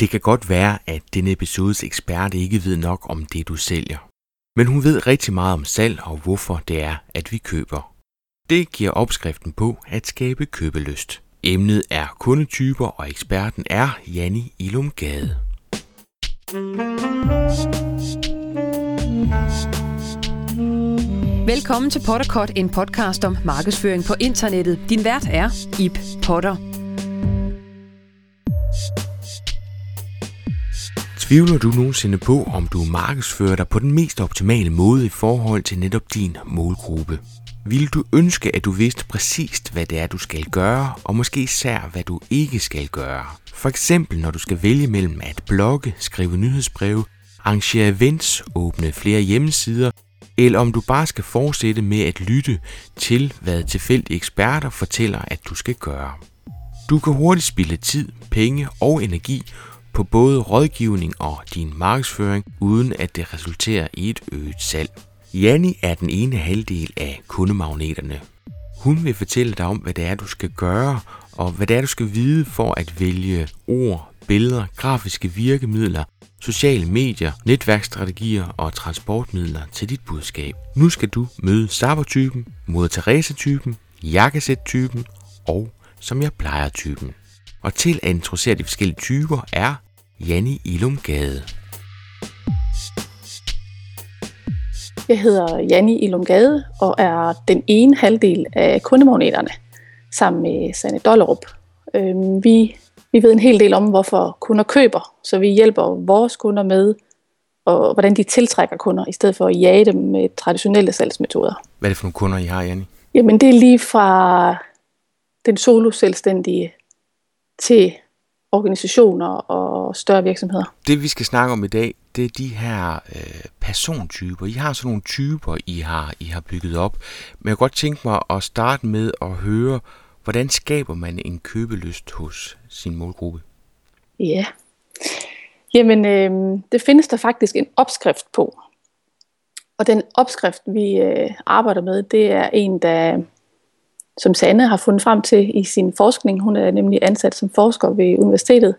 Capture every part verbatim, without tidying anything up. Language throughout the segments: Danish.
Det kan godt være, at denne episodes ekspert ikke ved nok om det, du sælger. Men hun ved rigtig meget om salg og hvorfor det er, at vi køber. Det giver opskriften på at skabe købelyst. Emnet er kundetyper, og eksperten er Janni Illum Gade. Velkommen til Potterkort, en podcast om markedsføring på internettet. Din vært er Ib Potter. Tvivler du nogensinde på, om du markedsfører dig på den mest optimale måde i forhold til netop din målgruppe? Vil du ønske, at du vidste præcist, hvad det er, du skal gøre, og måske især, hvad du ikke skal gøre? For eksempel, når du skal vælge mellem at blogge, skrive nyhedsbreve, arrangere events, åbne flere hjemmesider, eller om du bare skal fortsætte med at lytte til, hvad tilfældige eksperter fortæller, at du skal gøre. Du kan hurtigt spilde tid, penge og energi på både rådgivning og din markedsføring, uden at det resulterer i et øget salg. Janni er den ene halvdel af kundemagneterne. Hun vil fortælle dig om, hvad det er, du skal gøre, og hvad det er, du skal vide for at vælge ord, billeder, grafiske virkemidler, sociale medier, netværksstrategier og transportmidler til dit budskab. Nu skal du møde Saber-typen, Moder Teresa-typen, jakkesæt-typen og som jeg plejer-typen. Og til at introducere de forskellige typer er Janni Illum Gade. Jeg hedder Janni Illum Gade og er den ene halvdel af kundemagneterne sammen med Sanne Dollerup. Vi, vi ved en hel del om, hvorfor kunder køber, så vi hjælper vores kunder med, og hvordan de tiltrækker kunder, i stedet for at jage dem med traditionelle salgsmetoder. Hvad er det for nogle kunder, I har, Janni? Jamen det er lige fra den solo-selvstændige til organisationer og større virksomheder. Det vi skal snakke om i dag, det er de her øh, persontyper. I har sådan nogle typer, I har, I har bygget op. Men jeg kunne godt tænke mig at starte med at høre, hvordan skaber man en købelyst hos sin målgruppe? Ja, jamen øh, det findes der faktisk en opskrift på. Og den opskrift, vi øh, arbejder med, det er en, der som Sanne har fundet frem til i sin forskning. Hun er nemlig ansat som forsker ved universitetet.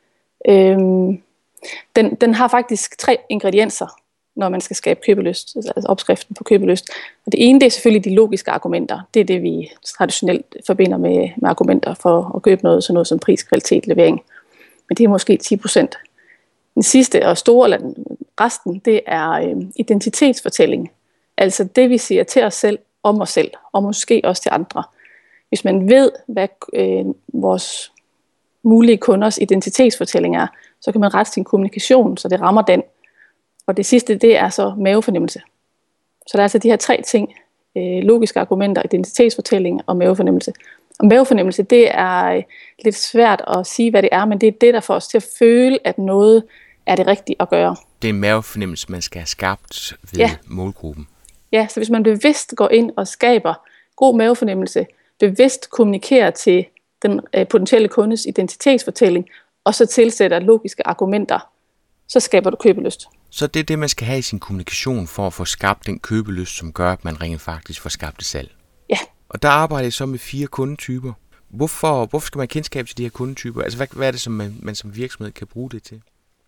Øhm, den, den har faktisk tre ingredienser, når man skal skabe købelyst, altså opskriften på købelyst. Og det ene, det er selvfølgelig de logiske argumenter. Det er det, vi traditionelt forbinder med, med argumenter for at købe noget, sådan noget som pris, kvalitet, levering. Men det er måske ti procent. Den sidste og store, eller den, resten, det er øh, identitetsfortælling. Altså det, vi siger til os selv, om os selv, og måske også til andre. Hvis man ved, hvad øh, vores mulige kunders identitetsfortælling er, så kan man rette sin kommunikation, så det rammer den. Og det sidste, det er så mavefornemmelse. Så der er altså de her tre ting, øh, logiske argumenter, identitetsfortælling og mavefornemmelse. Og mavefornemmelse, det er øh, lidt svært at sige, hvad det er, men det er det, der får os til at føle, at noget er det rigtige at gøre. Det er en mavefornemmelse, man skal have skabt ved ja. målgruppen. Ja, så hvis man bevidst går ind og skaber god mavefornemmelse, bevidst kommunikerer til den øh, potentielle kundes identitetsfortælling, og så tilsætter logiske argumenter, så skaber du købelyst. Så det er det, man skal have i sin kommunikation for at få skabt den købelyst, som gør, at man rent faktisk får skabt et salg. Ja. Og der arbejder I så med fire kundetyper. Hvorfor, hvorfor skal man have kendskab til de her kundetyper? Altså hvad, hvad er det, som man, man som virksomhed kan bruge det til?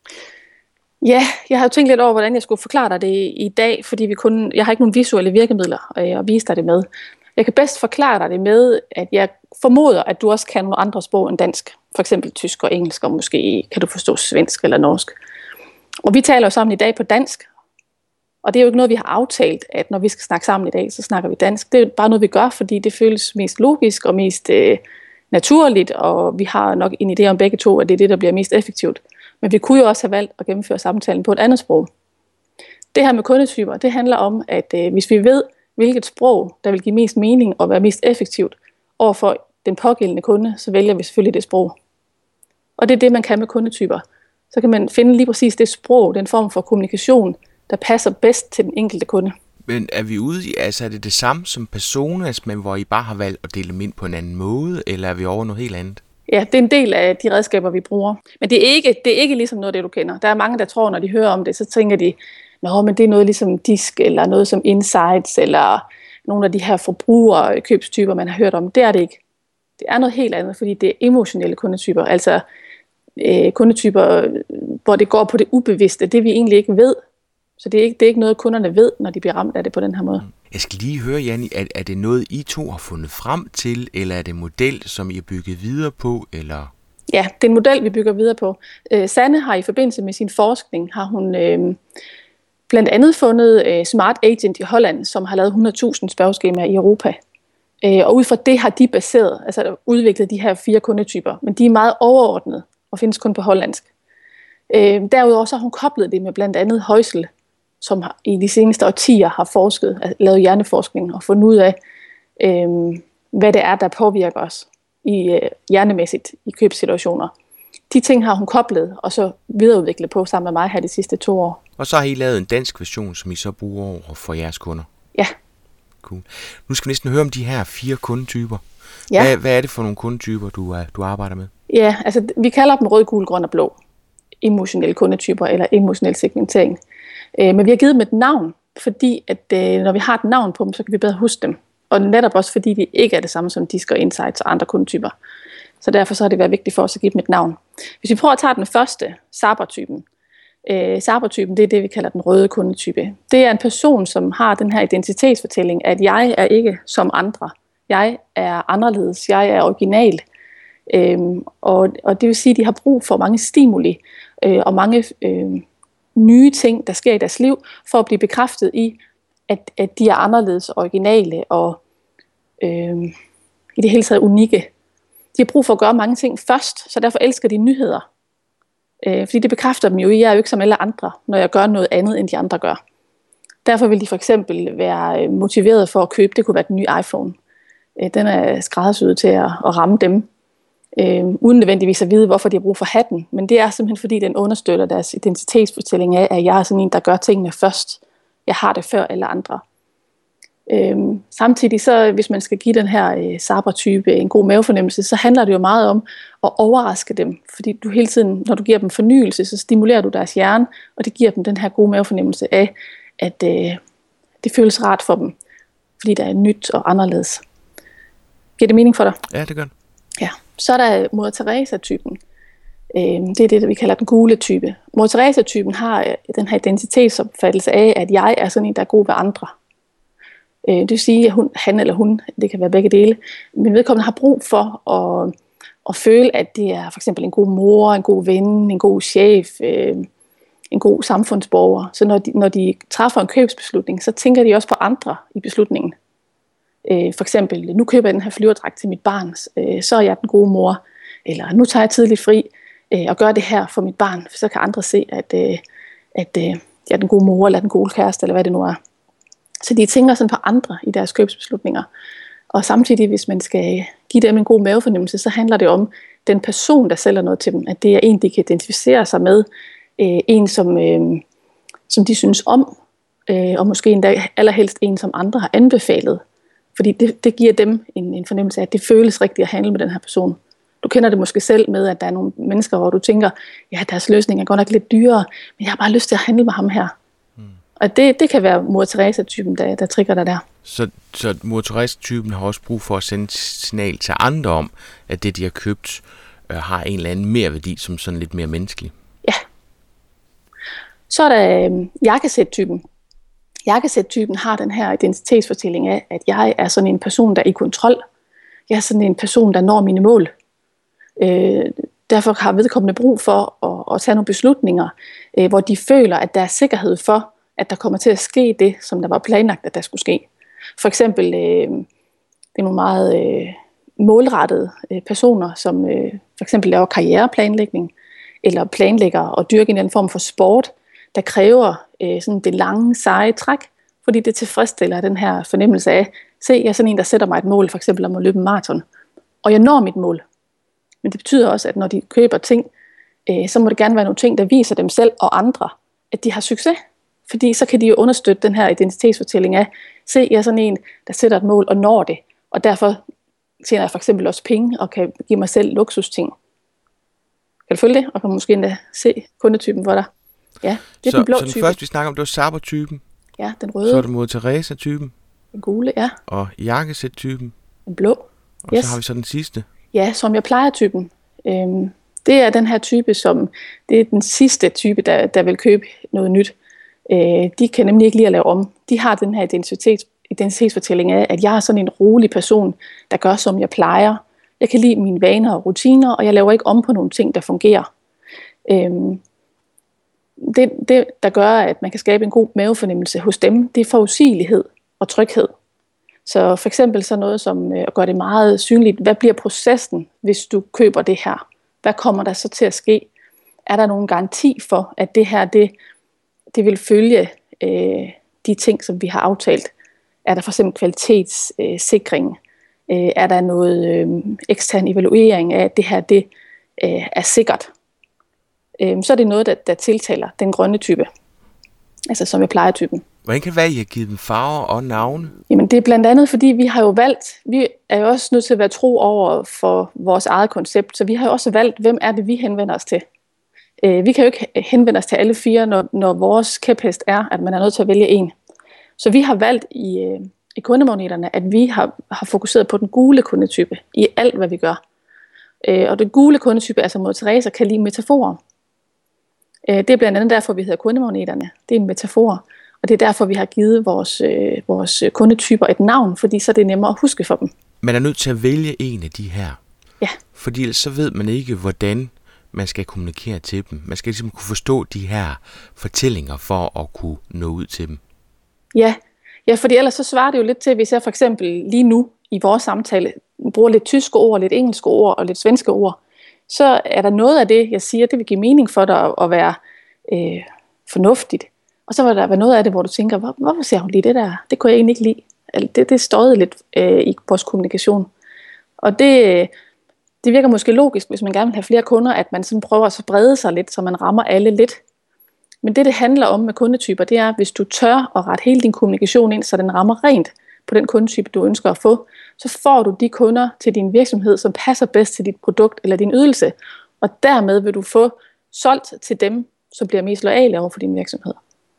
Ja, jeg har jo tænkt lidt over, hvordan jeg skulle forklare dig det i dag, fordi vi kun, jeg har ikke nogen visuelle virkemidler at vise dig det med. Jeg kan bedst forklare dig det med, at jeg formoder, at du også kan nogle andre sprog end dansk. For eksempel tysk og engelsk, og måske kan du forstå svensk eller norsk. Og vi taler jo sammen i dag på dansk, og det er jo ikke noget, vi har aftalt, at når vi skal snakke sammen i dag, så snakker vi dansk. Det er bare noget, vi gør, fordi det føles mest logisk og mest øh, naturligt, og vi har nok en idé om begge to, at det er det, der bliver mest effektivt. Men vi kunne jo også have valgt at gennemføre samtalen på et andet sprog. Det her med kundetyper, det handler om, at øh, hvis vi ved, hvilket sprog, der vil give mest mening og være mest effektivt overfor den pågældende kunde, så vælger vi selvfølgelig det sprog. Og det er det, man kan med kundetyper. Så kan man finde lige præcis det sprog, den form for kommunikation, der passer bedst til den enkelte kunde. Men er vi ude i, altså er det det samme som personas, men hvor I bare har valgt at dele dem ind på en anden måde, eller er vi over noget helt andet? Ja, det er en del af de redskaber, vi bruger. Men det er ikke, det er ikke ligesom noget, det du kender. Der er mange, der tror, når de hører om det, så tænker de, nå, men det er noget ligesom disk, eller noget som insights, eller nogle af de her forbrugerkøbstyper, man har hørt om. Det er det ikke. Det er noget helt andet, fordi det er emotionelle kundetyper. Altså, øh, kundetyper, hvor det går på det ubevidste, det vi egentlig ikke ved. Så det er ikke, det er ikke noget, kunderne ved, når de bliver ramt af det på den her måde. Jeg skal lige høre, Janni, er, er det noget, I to har fundet frem til, eller er det en model, som I har bygget videre på, eller? Ja, det er en model, vi bygger videre på. Øh, Sanne har i forbindelse med sin forskning, har hun øh, blandt andet fundet øh, Smart Agent i Holland, som har lavet hundrede tusind spørgeskemaer i Europa. Øh, og ud fra det har de baseret, altså udviklet de her fire kundetyper, men de er meget overordnede og findes kun på hollandsk. Øh, derudover så har hun koblet det med blandt andet Højsel, som har, i de seneste årtier har forsket, altså, lavet hjerneforskning og fundet ud af, øh, hvad det er, der påvirker os i øh, hjernemæssigt i købssituationer. De ting har hun koblet og så videreudviklet på sammen med mig her de sidste to år. Og så har I lavet en dansk version, som I så bruger over for jeres kunder? Ja. Cool. Nu skal vi næsten høre om de her fire kundetyper. Ja. Hvad, hvad er det for nogle kundetyper, du, er, du arbejder med? Ja, altså vi kalder dem rød, gul, grøn og blå. Emotionelle kundetyper eller emotionel segmentering. Øh, men vi har givet dem et navn, fordi at øh, når vi har et navn på dem, så kan vi bedre huske dem. Og netop også fordi de ikke er det samme som Disc og Insights og andre kundetyper. Så derfor så har det været vigtigt for os at give dem et navn. Hvis vi prøver at tage den første, Saber-typen. Øh, Saber-typen, det er det, vi kalder den røde kundetype. Det er en person, som har den her identitetsfortælling, at jeg er ikke som andre. Jeg er anderledes. Jeg er original. Øhm, og, og det vil sige, at de har brug for mange stimuli øh, og mange øh, nye ting, der sker i deres liv, for at blive bekræftet i, at, at de er anderledes, originale og øh, i det hele taget unikke. De har brug for at gøre mange ting først, så derfor elsker de nyheder. Øh, fordi det bekræfter dem jo, at jeg er jo ikke som alle andre, når jeg gør noget andet, end de andre gør. Derfor vil de for eksempel være motiveret for at købe, det kunne være den nye iPhone. Øh, den er skræddersyet til at, at ramme dem, øh, uden nødvendigvis at vide, hvorfor de har brug for hatten. Men det er simpelthen, fordi den understøtter deres identitetsfortælling af, at jeg er sådan en, der gør tingene først. Jeg har det før alle andre. Øhm, samtidig så, hvis man skal give den her øh, Saber-type en god mavefornemmelse, så handler det jo meget om at overraske dem. Fordi du hele tiden, når du giver dem fornyelse, så stimulerer du deres hjerne, og det giver dem den her gode mavefornemmelse af, at øh, det føles rart for dem. Fordi det er nyt og anderledes. Giver det mening for dig? Ja, det gør det. Ja. Så er der Moder Teresa-typen. Øhm, det er det, vi kalder den gule type. Moder Teresa-typen har øh, den her identitetsopfattelse af, at jeg er sådan en, der er god ved andre. Det vil sige, at hun, han eller hun, det kan være begge dele, men vedkommende har brug for at, at føle, at det er for eksempel en god mor, en god ven, en god chef, øh, en god samfundsborger. Så når de, når de træffer en købsbeslutning, så tænker de også på andre i beslutningen. Øh, for eksempel, nu køber jeg den her flyverdragt til mit barn, øh, så er jeg den gode mor. Eller nu tager jeg tidligt fri øh, og gør det her for mit barn, for så kan andre se, at, øh, at øh, jeg er den gode mor, eller den gode kæreste, eller hvad det nu er. Så de tænker sådan på andre i deres købsbeslutninger. Og samtidig, hvis man skal give dem en god mavefornemmelse, så handler det om den person, der sælger noget til dem. At det er en, de kan identificere sig med. Øh, en, som, øh, som de synes om. Øh, og måske endda allerhelst en, som andre har anbefalet. Fordi det, det giver dem en, en fornemmelse af, at det føles rigtigt at handle med den her person. Du kender det måske selv med, at der er nogle mennesker, hvor du tænker, ja, deres løsning er godt nok lidt dyrere, men jeg har bare lyst til at handle med ham her. Og det, det kan være Moder Teresa-typen, der, der trigger dig der. Så, så Moder Teresa-typen har også brug for at sende et signal til andre om, at det, de har købt, øh, har en eller anden mere værdi, som sådan lidt mere menneskelig. Ja. Så er der øh, jakkesæt-typen. Jakkesæt-typen har den her identitetsfortælling af, at jeg er sådan en person, der er i kontrol. Jeg er sådan en person, der når mine mål. Øh, derfor har vedkommende brug for at, at tage nogle beslutninger, øh, hvor de føler, at der er sikkerhed for, at der kommer til at ske det, som der var planlagt, at der skulle ske. For eksempel, øh, det er nogle meget øh, målrettede øh, personer, som øh, for eksempel laver karriereplanlægning, eller planlægger og dyrker en eller anden form for sport, der kræver øh, sådan det lange, seje træk, fordi det tilfredsstiller den her fornemmelse af, se, jeg er sådan en, der sætter mig et mål, for eksempel om at løbe en maraton, og jeg når mit mål. Men det betyder også, at når de køber ting, øh, så må det gerne være nogle ting, der viser dem selv og andre, at de har succes. Fordi så kan de jo understøtte den her identitetsfortælling af, se, jeg er sådan en, der sætter et mål og når det, og derfor tjener jeg for eksempel også penge og kan give mig selv luksusting. Kan du følge det? Og kan måske endda se kundetypen for dig. Ja, det er så, den blå type. Så den type. første, vi snakker om, det var Saber-typen. Ja, den røde. Så er det Moder Teresa-typen. Den gule, ja. Og jakkesæt-typen. Den blå. Og Yes. så har vi så den sidste. Ja, som jeg plejer typen. Øhm, Det er den her type, som det er den sidste type, der, der vil købe noget nyt. Øh, de kan nemlig ikke lide at lave om. De har den her identitet, identitetsfortælling af, at jeg er sådan en rolig person, der gør, som jeg plejer. Jeg kan lide mine vaner og rutiner, og jeg laver ikke om på nogle ting, der fungerer. Øh, det, det, der gør, at man kan skabe en god mavefornemmelse hos dem, det er forudsigelighed og tryghed. Så for eksempel så noget som at gøre det meget synligt. Hvad bliver processen, hvis du køber det her? Hvad kommer der så til at ske? Er der nogen garanti for, at det her det, det vil følge øh, de ting, som vi har aftalt? Er der for eksempel kvalitetssikring? Øh, er der noget øh, ekstern evaluering af, at det her det, øh, er sikkert? Øh, så er det noget, der, der tiltaler den grønne type, altså som er plejetypen. Hvordan kan det være, at I har givet dem farver og navne? Jamen det er blandt andet, fordi vi har jo valgt, vi er jo også nødt til at være tro over for vores eget koncept, så vi har jo også valgt, hvem er det, vi henvender os til. Vi kan jo ikke henvende os til alle fire, når, når vores kæphest er, at man er nødt til at vælge en. Så vi har valgt i, i kundemagneterne, at vi har, har fokuseret på den gule kundetype i alt, hvad vi gør. Og den gule kundetype, altså mod Teresa, kan lide metaforer. Det er blandt andet derfor, vi hedder kundemagneterne. Det er en metafor. Og det er derfor, vi har givet vores, øh, vores kundetyper et navn, fordi så er det nemmere at huske for dem. Man er nødt til at vælge en af de her. Ja. Fordi ellers så ved man ikke, hvordan man skal kommunikere til dem. Man skal ligesom kunne forstå de her fortællinger for at kunne nå ud til dem. Ja, ja, fordi ellers så svarer det jo lidt til, hvis jeg for eksempel lige nu i vores samtale bruger lidt tyske ord, lidt engelske ord og lidt svenske ord, så er der noget af det, jeg siger, det vil give mening for dig at være øh, fornuftigt. Og så var der noget af det, hvor du tænker, hvor, hvorfor siger hun lige det der? Det kunne jeg egentlig ikke lide. Altså, det, det støjede lidt øh, i vores kommunikation. Og det, det virker måske logisk, hvis man gerne vil have flere kunder, at man sådan prøver at så brede sig lidt, så man rammer alle lidt. Men det, det handler om med kundetyper, det er, hvis du tør at rette hele din kommunikation ind, så den rammer rent på den kundetype, du ønsker at få, så får du de kunder til din virksomhed, som passer bedst til dit produkt eller din ydelse. Og dermed vil du få solgt til dem, som bliver mest loyale over for din virksomhed.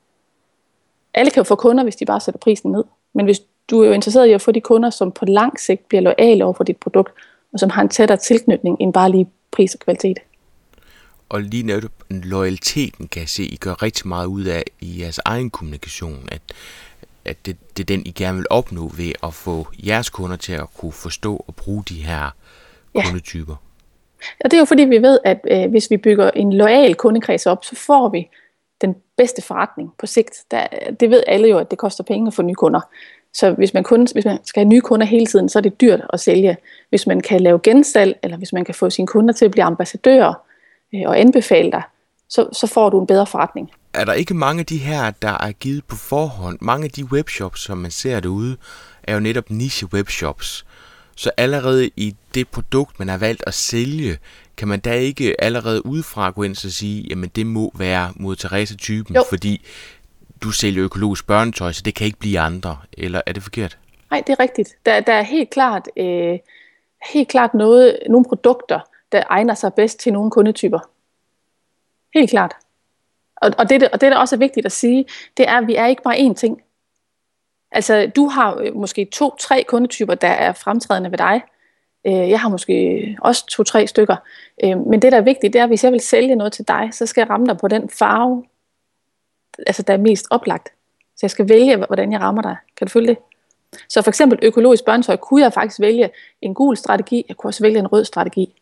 Alle kan jo få kunder, hvis de bare sætter prisen ned. Men hvis du er jo interesseret i at få de kunder, som på lang sigt bliver loyale over for dit produkt, og som har en tættere tilknytning end bare lige pris og kvalitet. Og lige netop loyaliteten kan jeg se, I gør rigtig meget ud af i jeres egen kommunikation, at, at det, det er den, I gerne vil opnå ved at få jeres kunder til at kunne forstå og bruge de her ja. kundetyper. Og det er jo fordi, vi ved, at øh, hvis vi bygger en loyal kundekreds op, så får vi den bedste forretning på sigt. Der, det ved alle jo, at det koster penge at få nye kunder. Så hvis man, kun, hvis man skal have nye kunder hele tiden, så er det dyrt at sælge. Hvis man kan lave gensalg, eller hvis man kan få sine kunder til at blive ambassadører øh, og anbefale dig, så, så får du en bedre forretning. Er der ikke mange af de her, der er givet på forhånd? Mange af de webshops, som man ser derude, er jo netop niche-webshops. Så allerede i det produkt, man har valgt at sælge, kan man da ikke allerede udefra gå ind og sige, jamen det må være mod Teresa-typen, jo. Fordi du sælger økologisk børnetøj, så det kan ikke blive andre. Eller er det forkert? Nej, det er rigtigt. Der, der er helt klart, øh, helt klart noget, nogle produkter, der egner sig bedst til nogle kundetyper. Helt klart. Og, og, det, og det, der også er vigtigt at sige, det er, at vi er ikke bare én ting. Altså, du har måske to-tre kundetyper, der er fremtrædende ved dig. Jeg har måske også to-tre stykker. Men det, der er vigtigt, det er, at hvis jeg vil sælge noget til dig, så skal jeg ramme dig på den farve, altså der er mest oplagt. Så jeg skal vælge, hvordan jeg rammer dig. Kan du følge det? Så for eksempel økologisk børnetøj, kunne jeg faktisk vælge en gul strategi, jeg kunne også vælge en rød strategi.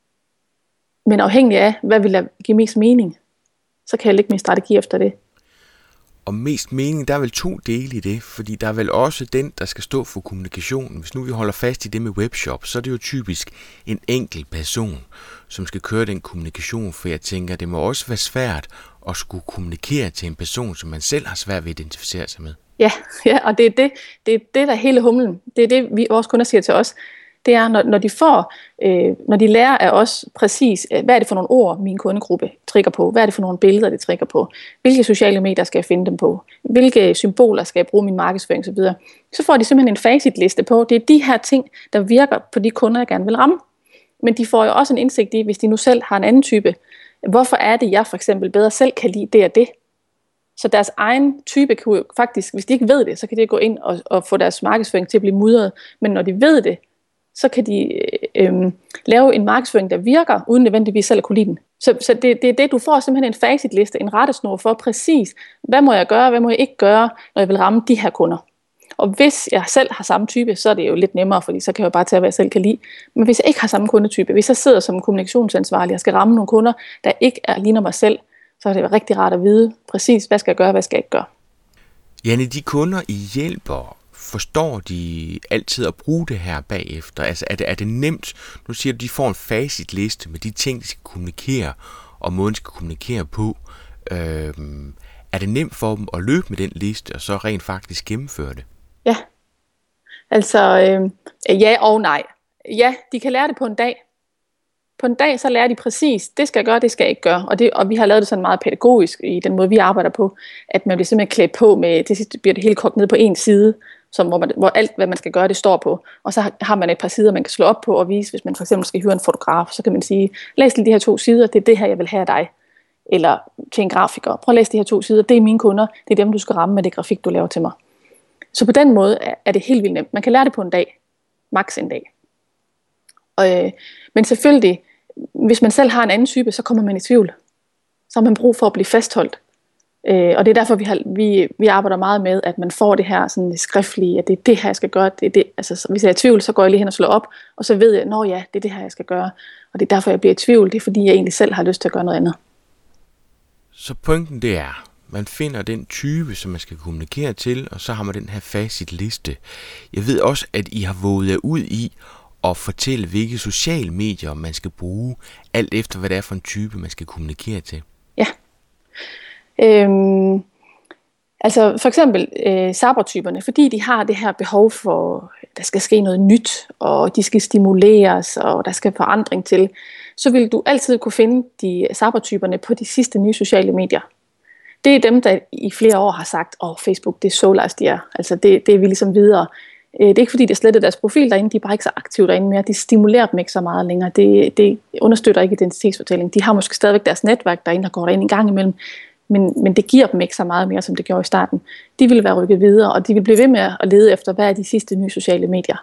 Men afhængig af, hvad vil give mest mening, så kan jeg lægge min strategi efter det. Og mest mening, der er vel to dele i det, fordi der er vel også den, der skal stå for kommunikationen. Hvis nu vi holder fast i det med webshop, så er det jo typisk en enkelt person, som skal køre den kommunikation, for jeg tænker, det må også være svært at skulle kommunikere til en person, som man selv har svært ved at identificere sig med. Ja, ja, og det er det, det er det, der er hele humlen. Det er det, vi, vores kunder siger til os. Det er, når, når de får, øh, når de lærer af os præcis, øh, hvad er det for nogle ord, min kundegruppe trigger på? Hvad er det for nogle billeder, det trigger på? Hvilke sociale medier skal jeg finde dem på? Hvilke symboler skal jeg bruge min markedsføring osv.? Så, så får de simpelthen en facitliste på. Det er de her ting, der virker på de kunder, jeg gerne vil ramme. Men de får jo også en indsigt i, hvis de nu selv har en anden type. Hvorfor er det, jeg for eksempel bedre selv kan lide det og det? Så deres egen type kan jo faktisk, hvis de ikke ved det, så kan de gå ind og, og få deres markedsføring til at blive mudret. Men når de ved det, så kan de øh, øh, lave en markedsføring, der virker, uden nødvendigvis selv at kunne lide den. Så, så det, det er det, du får simpelthen en facitliste, en rettesnor for præcis, hvad må jeg gøre, hvad må jeg ikke gøre, når jeg vil ramme de her kunder. Og hvis jeg selv har samme type, så er det jo lidt nemmere, fordi så kan jeg jo bare tage, hvad jeg selv kan lide. Men hvis jeg ikke har samme kundetype, hvis jeg sidder som kommunikationsansvarlig og skal ramme nogle kunder, der ikke er ligner mig selv, så er det rigtig rart at vide præcis, hvad skal jeg gøre, hvad skal jeg ikke gøre. Janne, de kunder, I hjælper, forstår de altid at bruge det her bagefter? Altså er det, er det nemt? Nu siger du, de får en facitliste med de ting, de skal kommunikere, og måden de skal kommunikere på. Øhm, er det nemt for dem at løbe med den liste, og så rent faktisk gennemføre det? Ja, altså øh, ja og nej. Ja, de kan lære det på en dag. På en dag, så lærer de præcis, det skal jeg gøre, det skal jeg ikke gøre. Og, det, og vi har lavet det sådan meget pædagogisk i den måde, vi arbejder på, at man bliver simpelthen klædt på med, til sidst bliver det helt kogt ned på en side, som, hvor, man, hvor alt, hvad man skal gøre, det står på. Og så har man et par sider, man kan slå op på og vise, hvis man for eksempel skal hyre en fotograf, så kan man sige, læs lige de her to sider, det er det her, jeg vil have af dig. Eller til en grafiker, prøv at læse de her to sider, det er mine kunder, det er dem, du skal ramme med det grafik, du laver til mig. Så på den måde er det helt vildt nemt. Man kan lære det på en dag, maks en dag. Og, øh, men selvfølgelig, hvis man selv har en anden type, så kommer man i tvivl. Så har man brug for at blive fastholdt. Øh, og det er derfor, vi, har, vi, vi arbejder meget med, at man får det her sådan skriftlige, at det er det her, jeg skal gøre. Det er det. Altså, hvis jeg er i tvivl, så går jeg lige hen og slår op, og så ved jeg, nå ja, det er det her, jeg skal gøre. Og det er derfor, jeg bliver i tvivl. Det er fordi, jeg egentlig selv har lyst til at gøre noget andet. Så pointen det er, man finder den type, som man skal kommunikere til, og så har man den her facitliste. Jeg ved også, at I har våget jer ud i at fortælle, hvilke sociale medier man skal bruge, alt efter hvad det er for en type, man skal kommunikere til. Ja. Øhm, altså for eksempel øh, sabbertyperne, fordi de har det her behov for, der skal ske noget nyt, og de skal stimuleres, og der skal forandring til, så vil du altid kunne finde de sabbertyperne på de sidste nye sociale medier. Det er dem, der i flere år har sagt, åh, oh, Facebook, det er so last year. Altså det, det er vi ligesom videre. Det er ikke fordi, de slettede deres profil derinde, de er bare ikke så aktive derinde mere. De stimulerer dem ikke så meget længere. Det, det understøtter ikke identitetsfortælling. De har måske stadigvæk deres netværk derinde, der går derinde en gang imellem. Men, men det giver dem ikke så meget mere, som det gjorde i starten. De vil være rykket videre, og de vil blive ved med at lede efter, hvad er de sidste nye sociale medier.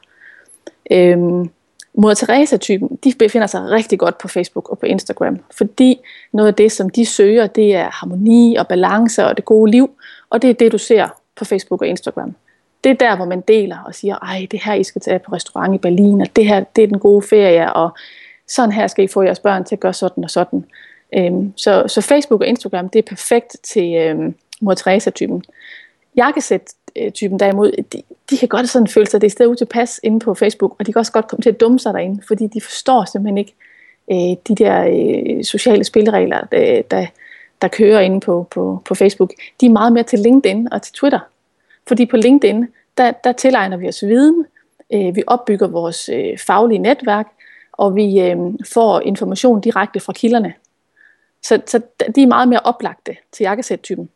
Øhm, Moder Teresa-typen, de befinder sig rigtig godt på Facebook og på Instagram, fordi noget af det, som de søger, det er harmoni og balance og det gode liv, og det er det, du ser på Facebook og Instagram. Det er der, hvor man deler og siger, ej, det her, I skal tage på restaurant i Berlin, og det her, det er den gode ferie, og sådan her skal I få jeres børn til at gøre sådan og sådan. Øhm, så, så Facebook og Instagram, det er perfekt til øhm, Moder Teresa-typen. Jakkesæt-typen derimod, de, de kan godt sådan føle sig, det er stadig utilpas inde på Facebook, og de kan også godt komme til at dumme sig derinde, fordi de forstår simpelthen ikke øh, de der øh, sociale spilleregler, der, der, der kører inde på, på, på Facebook. De er meget mere til LinkedIn og til Twitter. Fordi på LinkedIn, der, der tilegner vi os viden, øh, vi opbygger vores øh, faglige netværk, og vi øh, får information direkte fra kilderne. Så, så de er meget mere oplagte til jakkesæt-typen.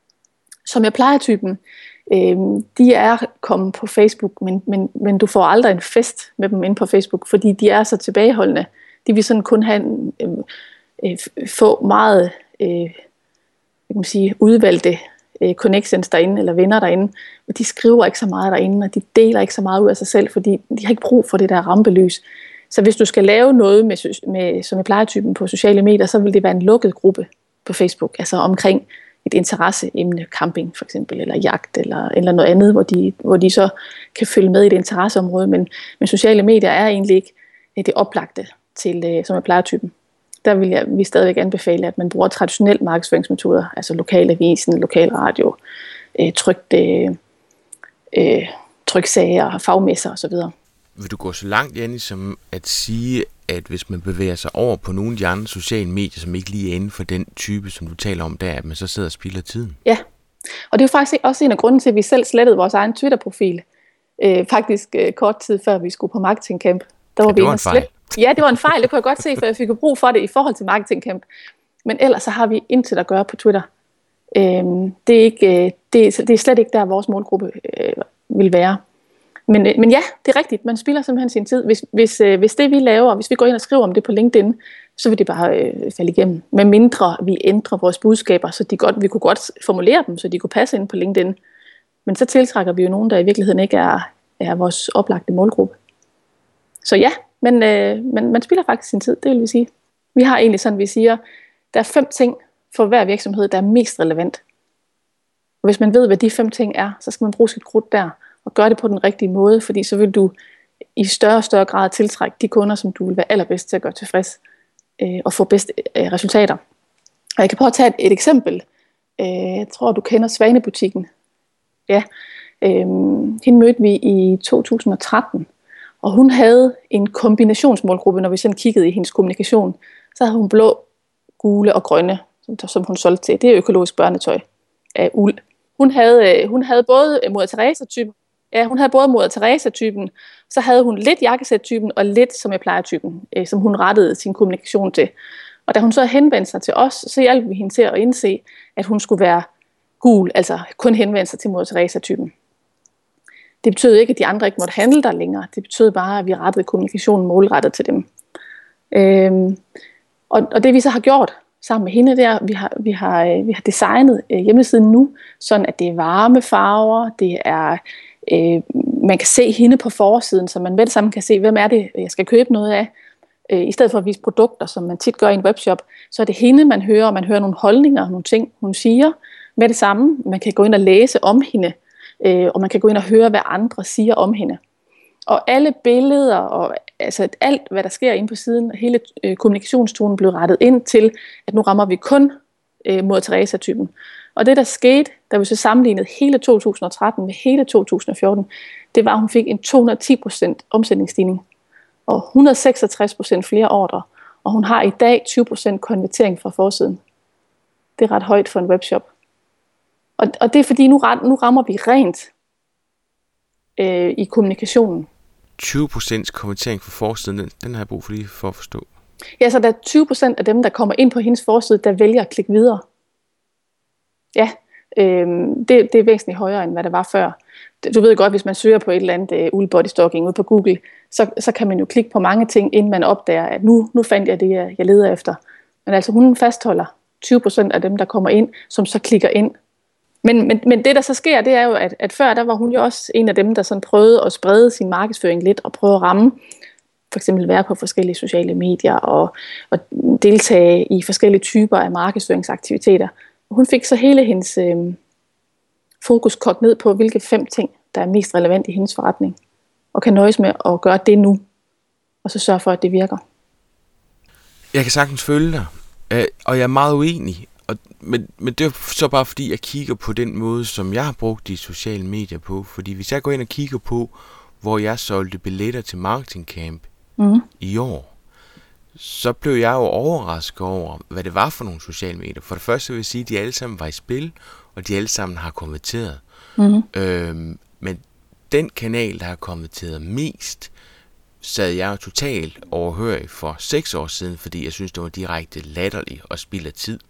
Som jeg plejer-typen, øh, de er kommet på Facebook, men, men, men du får aldrig en fest med dem inde på Facebook, fordi de er så tilbageholdende. De vil sådan kun have en, øh, øh, få meget øh, jeg kan sige, udvalgte connections derinde, eller venner derinde, og de skriver ikke så meget derinde, og de deler ikke så meget ud af sig selv, fordi de har ikke brug for det der rampelys. Så hvis du skal lave noget med, med som i plejetypen på sociale medier, så vil det være en lukket gruppe på Facebook, altså omkring et interesseemne, camping for eksempel, eller jagt, eller, eller noget andet, hvor de, hvor de så kan følge med i det interesseområde, men, men sociale medier er egentlig ikke det oplagte til, som i plejetypen. Der vil jeg vi stadigvæk anbefale, at man bruger traditionelle markedsføringsmetoder, altså lokalavisen, lokalradio, øh, trykte, øh, tryksager, fagmesser osv. Vil du gå så langt, Janne, som at sige, at hvis man bevæger sig over på nogle af de andre sociale medier, som ikke lige er inden for den type, som du taler om der, at man så sidder og spilder tiden? Ja, og det er jo faktisk også en af grunden til, at vi selv slettede vores egen Twitter-profil. Øh, faktisk øh, kort tid før vi skulle på Marketing Camp. Der var ja, vi det var en fejl. Ja, det var en fejl, det kunne jeg godt se, for jeg fik brug for det i forhold til Marketing Camp. Men ellers så har vi intet at gøre på Twitter. Øhm, det, er ikke, det, er, det er slet ikke der, vores målgruppe øh, vil være. Men, men ja, det er rigtigt, man spilder simpelthen sin tid. Hvis, hvis, øh, hvis det vi laver, hvis vi går ind og skriver om det på LinkedIn, så vil det bare øh, falde igennem. Med mindre vi ændrer vores budskaber, så de godt, vi kunne godt formulere dem, så de kunne passe ind på LinkedIn. Men så tiltrækker vi jo nogen, der i virkeligheden ikke er, er vores oplagte målgruppe. så ja, men, øh, men man spilder faktisk sin tid, det vil vi sige. Vi har egentlig sådan, vi siger, der er fem ting for hver virksomhed, der er mest relevant. Og hvis man ved, hvad de fem ting er, så skal man bruge sit krudt der, og gøre det på den rigtige måde, fordi så vil du i større og større grad tiltrække de kunder, som du vil være allerbedst til at gøre tilfreds, øh, og få bedste øh, resultater. Og jeg kan prøve at tage et, et eksempel. Øh, jeg tror, du kender Svanebutikken. Ja, øh, hende mødte vi i to tusind og tretten, og hun havde en kombinationsmålgruppe, når vi sådan kiggede i hendes kommunikation. Så havde hun blå, gule og grønne, som, som hun solgte til. Det er økologisk børnetøj af uld. Hun havde, hun havde både Moder Teresa-typen, ja, hun havde både Moder Teresa-typen, så havde hun lidt jakkesæt-typen og lidt som jeg plejer-typen, øh, som hun rettede sin kommunikation til. Og da hun så henvendte sig til os, så hjalp vi hende til at indse, at hun skulle være gul, altså kun henvende sig til Moder Teresa-typen. Det betød ikke, at de andre ikke måtte handle der længere. Det betød bare, at vi rettede kommunikationen målrettet til dem. Øhm, og, og det vi så har gjort sammen med hende der, vi har, vi har, vi har designet øh, hjemmesiden nu, sådan at det er varme farver, det er, øh, man kan se hende på forsiden, så man med det samme kan se, hvem er det, jeg skal købe noget af. Øh, I stedet for at vise produkter, som man tit gør i en webshop, så er det hende, man hører, og man hører nogle holdninger, nogle ting, hun siger med det samme. Man kan gå ind og læse om hende, øh, og man kan gå ind og høre, hvad andre siger om hende. Og alle billeder, og altså alt, hvad der sker inde på siden, hele øh, kommunikationstonen blev rettet ind til, at nu rammer vi kun øh, Moder Teresa-typen. Og det, der skete, da vi så sammenlignede hele to tusind og tretten med hele to tusind og fjorten, det var, at hun fik en to hundrede og ti procent omsætningsstigning, og et hundrede og seksogtres procent flere ordre, og hun har i dag tyve procent konvertering fra forsiden. Det er ret højt for en webshop. Og, og det er fordi, nu, nu rammer vi rent øh, i kommunikationen. tyve procent konvertering fra forsiden, den, den har jeg brug for lige for at forstå. Ja, så der er tyve procent af dem, der kommer ind på hendes forside, der vælger at klikke videre. Ja, øh, det, det er væsentligt højere, end hvad det var før. Du ved godt, hvis man søger på et eller andet uh, uldbodystalking ude på Google, så, så kan man jo klikke på mange ting, inden man opdager, at nu, nu fandt jeg det, jeg leder efter. Men altså, hun fastholder tyve procent af dem, der kommer ind, som så klikker ind. Men, men, men det, der så sker, det er jo, at, at før, der var hun jo også en af dem, der sådan prøvede at sprede sin markedsføring lidt, og prøve at ramme, for eksempel være på forskellige sociale medier, og, og deltage i forskellige typer af markedsføringsaktiviteter. Hun fik så hele hendes øh, fokus kogt ned på, hvilke fem ting, der er mest relevant i hendes forretning, og kan nøjes med at gøre det nu, og så sørge for, at det virker. Jeg kan sagtens følge dig, og jeg er meget uenig, og, men, men det er så bare fordi, jeg kigger på den måde, som jeg har brugt de sociale medier på, fordi hvis jeg går ind og kigger på, hvor jeg solgte billetter til Marketing Camp mm. i år, så blev jeg jo overrasket over, hvad det var for nogle sociale medier. For det første vil jeg sige, at de alle sammen var i spil, og de alle sammen har konverteret. Mm. Øhm, men den kanal, der har konverteret mest, sad jeg jo totalt overhørig for seks år siden, fordi jeg synes, det var direkte latterligt og spild af tid.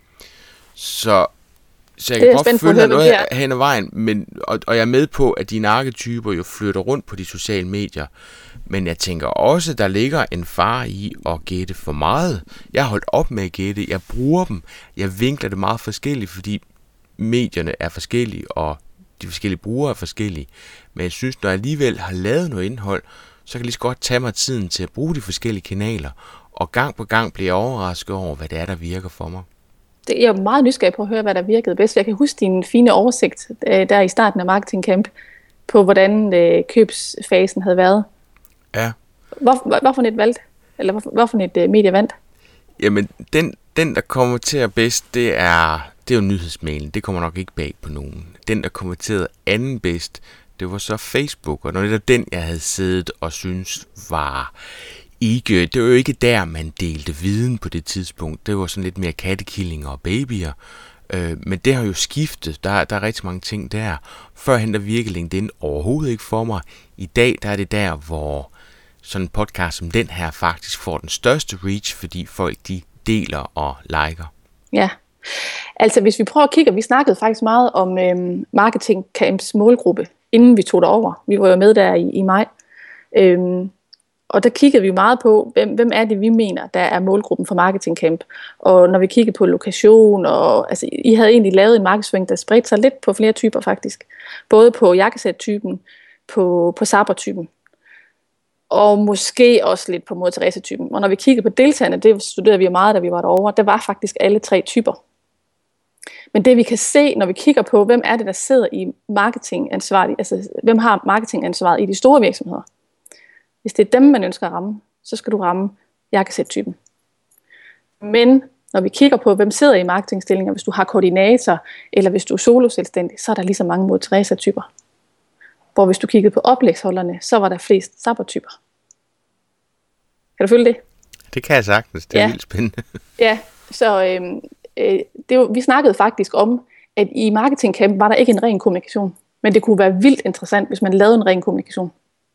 Så, så jeg kan godt følge noget hen ad vejen, men, og, og jeg er med på, at dine arketyper jo flytter rundt på de sociale medier. Men jeg tænker også, der ligger en fare i at gætte for meget. Jeg har holdt op med at gætte. Jeg bruger dem. Jeg vinkler det meget forskelligt, fordi medierne er forskellige, og de forskellige brugere er forskellige. Men jeg synes, når jeg alligevel har lavet noget indhold, så kan jeg lige så godt tage mig tiden til at bruge de forskellige kanaler. Og gang på gang bliver jeg overrasket over, hvad det er, der virker for mig. Jeg er meget nysgerrig på at høre, hvad der virkede bedst. Jeg kan huske din fine oversigt der i starten af Marketing Camp, på hvordan købsfasen havde været. Ja. Hvor, hvorfor et valgt? Eller hvor, hvorfor et medie vandt? Jamen, den, den der kommenterer bedst, det er, det er jo nyhedsmailen. Det kommer nok ikke bag på nogen. Den, der kommenterede anden bedst, det var så Facebook. Og det er den, jeg havde siddet og synes var ikke... Det var jo ikke der, man delte viden på det tidspunkt. Det var sådan lidt mere kattekillinger og babyer. Øh, men det har jo skiftet. Der, der er rigtig mange ting der. Førhen der virkede LinkedIn overhovedet ikke for mig. I dag der er det der, hvor sådan en podcast som den her faktisk får den største reach, fordi folk de deler og liker. Ja, altså hvis vi prøver at kigge, vi snakkede faktisk meget om øhm, Marketing Camps målgruppe, inden vi tog det over. Vi var jo med der i, i maj. Øhm, og der kiggede vi meget på, hvem, hvem er det, vi mener, der er målgruppen for Marketing Camp. Og når vi kiggede på lokation, og altså, I havde egentlig lavet en markedsføring, der spredte sig lidt på flere typer faktisk. Både på jakkesæt-typen, på, på sabber-typen. og måske også lidt på Moder Teresa-typen. Og når vi kiggede på deltagerne, det studerede vi jo meget, da vi var derovre, der var faktisk alle tre typer. Men det vi kan se, når vi kigger på, hvem er det, der sidder i marketingansvaret, altså hvem har marketingansvaret i de store virksomheder. Hvis det er dem, man ønsker at ramme, så skal du ramme jakkesæt-typen. Men når vi kigger på, hvem sidder i marketingstillinger, hvis du har koordinator, eller hvis du er soloselvstændig, så er der lige så mange Moder Teresa-typer. Hvor hvis du kiggede på oplægsholderne, så var der flest sabbertyper. Kan du følge det? Det kan jeg sagtens. Det er ja. vildt spændende. Ja, så øh, øh, det var, vi snakkede faktisk om, at i marketingkampen var der ikke en ren kommunikation. Men det kunne være vildt interessant, hvis man lavede en ren kommunikation.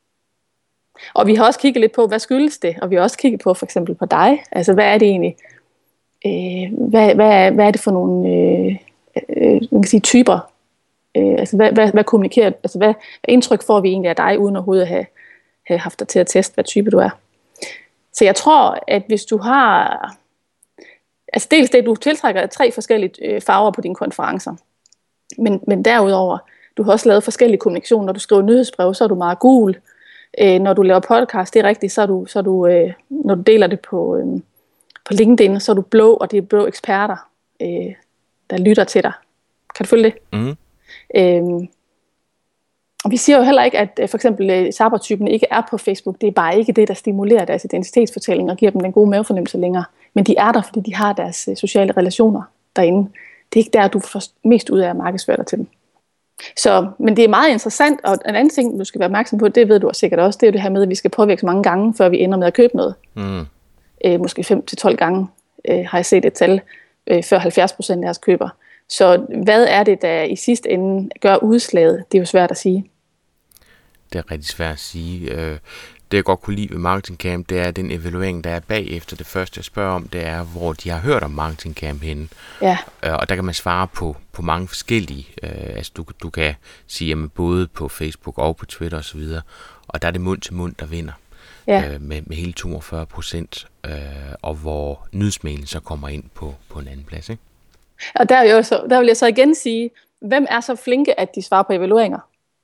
Og vi har også kigget lidt på, hvad skyldes det? Og vi har også kigget på for eksempel på dig. Altså, hvad er det egentlig? Øh, hvad, hvad, er, hvad er det for nogle øh, øh, man kan sige, typer? Øh, altså, hvad, hvad, hvad kommunikerer? Altså, hvad, hvad indtryk får vi egentlig af dig, uden overhovedet at have, have haft dig til at teste, hvad type du er? Så jeg tror, at hvis du har... Altså, dels det, du tiltrækker tre forskellige øh, farver på dine konferencer. Men, men derudover, du har også lavet forskellige kommunikationer. Når du skriver nyhedsbrev, så er du meget gul. Øh, når du laver podcast, det er rigtigt, så er du, så er du øh, når du deler det på, øh, på LinkedIn, så er du blå, og det er blå eksperter, øh, der lytter til dig. Kan du følge det? Mm. Øh, og vi siger jo heller ikke, at øh, for eksempel øh, sabbertypen ikke er på Facebook. Det er bare ikke det, der stimulerer deres identitetsfortælling og giver dem den gode mavefornemmelse længere. Men de er der, fordi de har deres øh, sociale relationer derinde. Det er ikke der, du får mest ud af at markedsføre dig til dem. Så, men det er meget interessant, og en anden ting, du skal være opmærksom på, det ved du sikkert også, det er jo det her med, at vi skal påvirke mange gange, før vi ender med at købe noget. Mm. Øh, måske fem til tolv gange øh, har jeg set et tal, øh, før halvfjerds procent af jeres køber. Så hvad er det, der i sidste ende gør udslaget? Det er jo svært at sige. Det er rigtig svært at sige. Det jeg godt kunne lide ved Marketing Camp, det er den evaluering, der er bagefter. Det første jeg spørger om, det er, hvor de har hørt om Marketing Camp henne. Ja. Og der kan man svare på, på mange forskellige. Altså du, du kan sige, jamen både på Facebook og på Twitter osv. Og der er det mund til mund, der vinder. Ja. Øh, med, med hele toogfyrre procent. Øh, og hvor nyhedsmailen så kommer ind på, på en anden plads, ikke? Og der, er jo så, der vil jeg så igen sige, hvem er så flinke, at de svarer på evalueringer?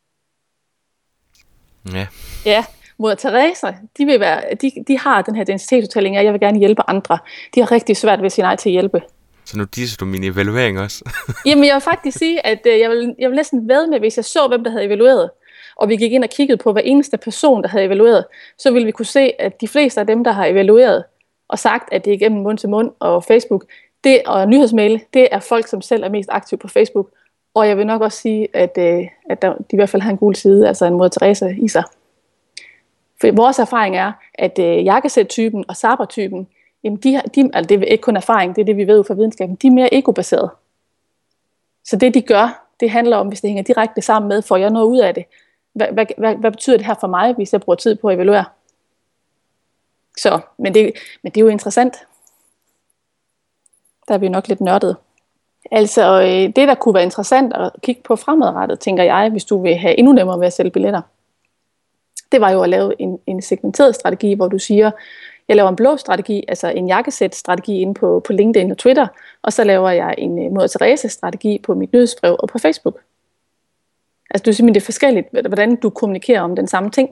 Ja. Ja, Moder Teresa, de, vil være, de, de har den her identitetsudtælling, og jeg vil gerne hjælpe andre. De har rigtig svært ved at sige nej til at hjælpe. Så nu disser du min evaluering også? Jamen jeg vil faktisk sige, at jeg vil, jeg vil næsten vædde med, hvis jeg så, hvem der havde evalueret, og vi gik ind og kiggede på hver eneste person, der havde evalueret, så ville vi kunne se, at de fleste af dem, der har evalueret og sagt, at det er igennem mund til mund og Facebook, det og nyhedsmail, det er folk, som selv er mest aktive på Facebook. Og jeg vil nok også sige, at, øh, at der, de i hvert fald har en gul side, altså en Moder Teresa i sig. For vores erfaring er, at øh, jakkesæt-typen og sabbertypen, jamen de, de, altså det er ikke kun erfaring, det er det, vi ved ud fra videnskaben, de er mere ego-baseret. Så det, de gør, det handler om, hvis det hænger direkte sammen med, får jeg noget ud af det? Hvad, hvad, hvad, hvad betyder det her for mig, hvis jeg bruger tid på at evaluere? Så, men det, men det er jo interessant. Der er vi jo nok lidt nørdede. Altså, det der kunne være interessant at kigge på fremadrettet, tænker jeg, hvis du vil have endnu nemmere ved at sælge billetter, det var jo at lave en, en segmenteret strategi, hvor du siger, jeg laver en blå strategi, altså en jakkesæt-strategi inde på, på LinkedIn og Twitter, og så laver jeg en uh, Moder Teresa-strategi på mit nyhedsbrev og på Facebook. Altså, du er simpelthen det er forskelligt, hvordan du kommunikerer om den samme ting.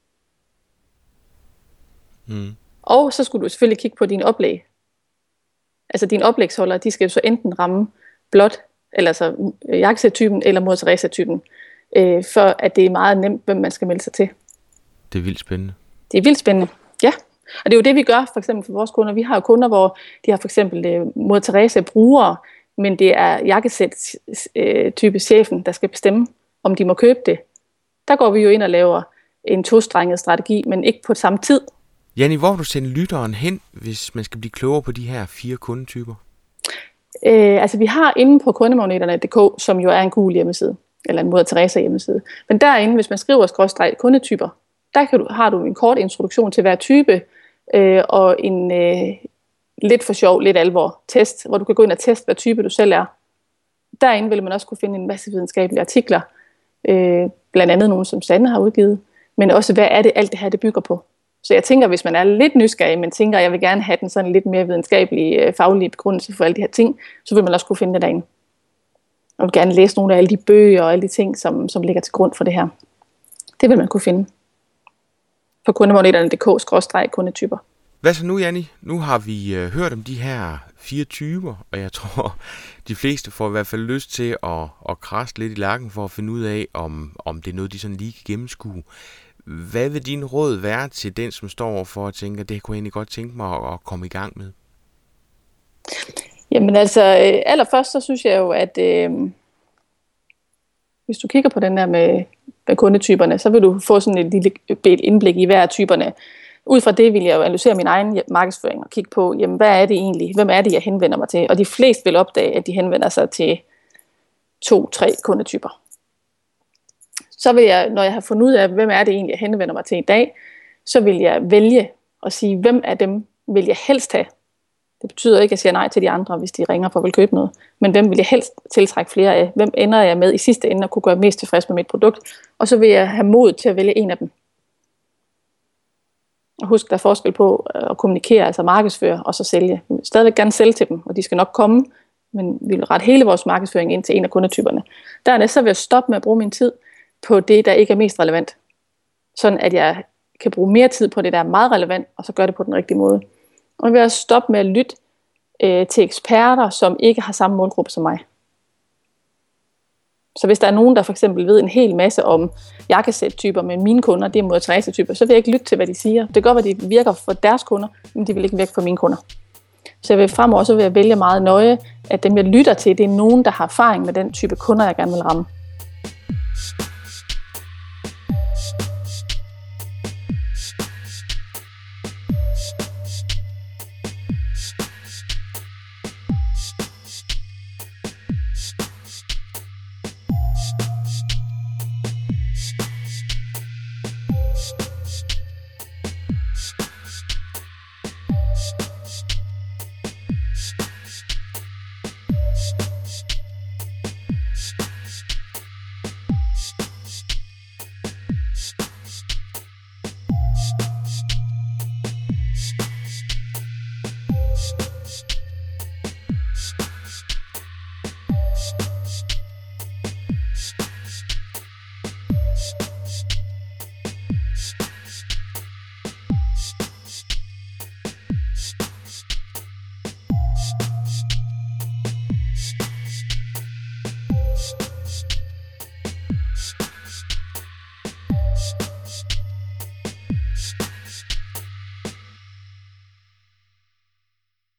Mm. Og så skulle du selvfølgelig kigge på dine oplæg. Altså dine oplægsholdere, de skal jo så enten ramme blot, eller altså jakkesæt-typen eller Moder Teresa-typen, øh, for at det er meget nemt, hvem man skal melde sig til. Det er vildt spændende. Det er vildt spændende, ja. Og det er jo det, vi gør for eksempel for vores kunder. Vi har jo kunder, hvor de har for eksempel øh, Moder Teresa-brugere, men det er jakkesæt-type chefen, der skal bestemme, om de må købe det. Der går vi jo ind og laver en tostrenget strategi, men ikke på samme tid. Janni, hvor vil du sende lytteren hen, hvis man skal blive klogere på de her fire kundetyper? Øh, altså vi har inde på kundemagneterne punktum d k, som jo er en gul hjemmeside, eller en Moder Teresa hjemmeside. Men derinde, hvis man skriver skråstreg kundetyper, der kan du, har du en kort introduktion til hver type, øh, og en øh, lidt for sjov, lidt alvor test, hvor du kan gå ind og teste, hvad type du selv er. Derinde vil man også kunne finde en masse videnskabelige artikler, øh, blandt andet nogle, som Sande har udgivet, men også, hvad er det alt det her, det bygger på. Så jeg tænker, hvis man er lidt nysgerrig, men tænker, at jeg vil gerne have den sådan lidt mere videnskabelige, faglige begrundelse for alle de her ting, så vil man også kunne finde det derinde. Og vil gerne læse nogle af alle de bøger og alle de ting, som, som ligger til grund for det her. Det vil man kunne finde. på kundemagneterne punktum d k skråstreg kundetyper. Hvad så nu, Janni? Nu har vi øh, hørt om de her fire typer, og jeg tror, de fleste får i hvert fald lyst til at, at krasse lidt i lakken for at finde ud af, om, om det er noget, de sådan lige kan gennemskue. Hvad vil din råd være til den, som står overfor og tænker, det kunne jeg egentlig godt tænke mig at, at komme i gang med? Jamen altså, allerførst så synes jeg jo, at øh, hvis du kigger på den der med, med kundetyperne, så vil du få sådan et lille indblik i hver af typerne. Ud fra det vil jeg jo analysere min egen markedsføring og kigge på, jamen hvad er det egentlig, hvem er det, jeg henvender mig til? Og de fleste vil opdage, at de henvender sig til to-tre kundetyper. Så vil jeg, når jeg har fundet ud af, hvem er det egentlig, jeg henvender mig til i dag, så vil jeg vælge at sige, hvem af dem vil jeg helst have. Det betyder ikke, at jeg siger nej til de andre, hvis de ringer for at vil købe noget. Men hvem vil jeg helst tiltrække flere af? Hvem ender jeg med i sidste ende at kunne gøre mest tilfreds med mit produkt? Og så vil jeg have mod til at vælge en af dem. Og husk, der er forskel på at kommunikere, altså markedsføre og så sælge. Vi vil stadigvæk gerne sælge til dem, og de skal nok komme, men vi vil rette hele vores markedsføring ind til en af kundetyperne. Dernæst så vil jeg stoppe med at bruge min tid på det, der ikke er mest relevant. Sådan at jeg kan bruge mere tid på det, der er meget relevant, og så gøre det på den rigtige måde. Og jeg vil også stoppe med at lytte øh, til eksperter, som ikke har samme målgruppe som mig. Så hvis der er nogen, der for eksempel ved en hel masse om jakkesæt-typer, men mine kunder, det er motorcykeltyper, så vil jeg ikke lytte til, hvad de siger. Det kan godt være, at de virker for deres kunder, men de vil ikke virke for mine kunder. Så jeg vil fremover så vil jeg vælge meget nøje, at dem jeg lytter til, det er nogen, der har erfaring med den type kunder, jeg gerne vil ramme.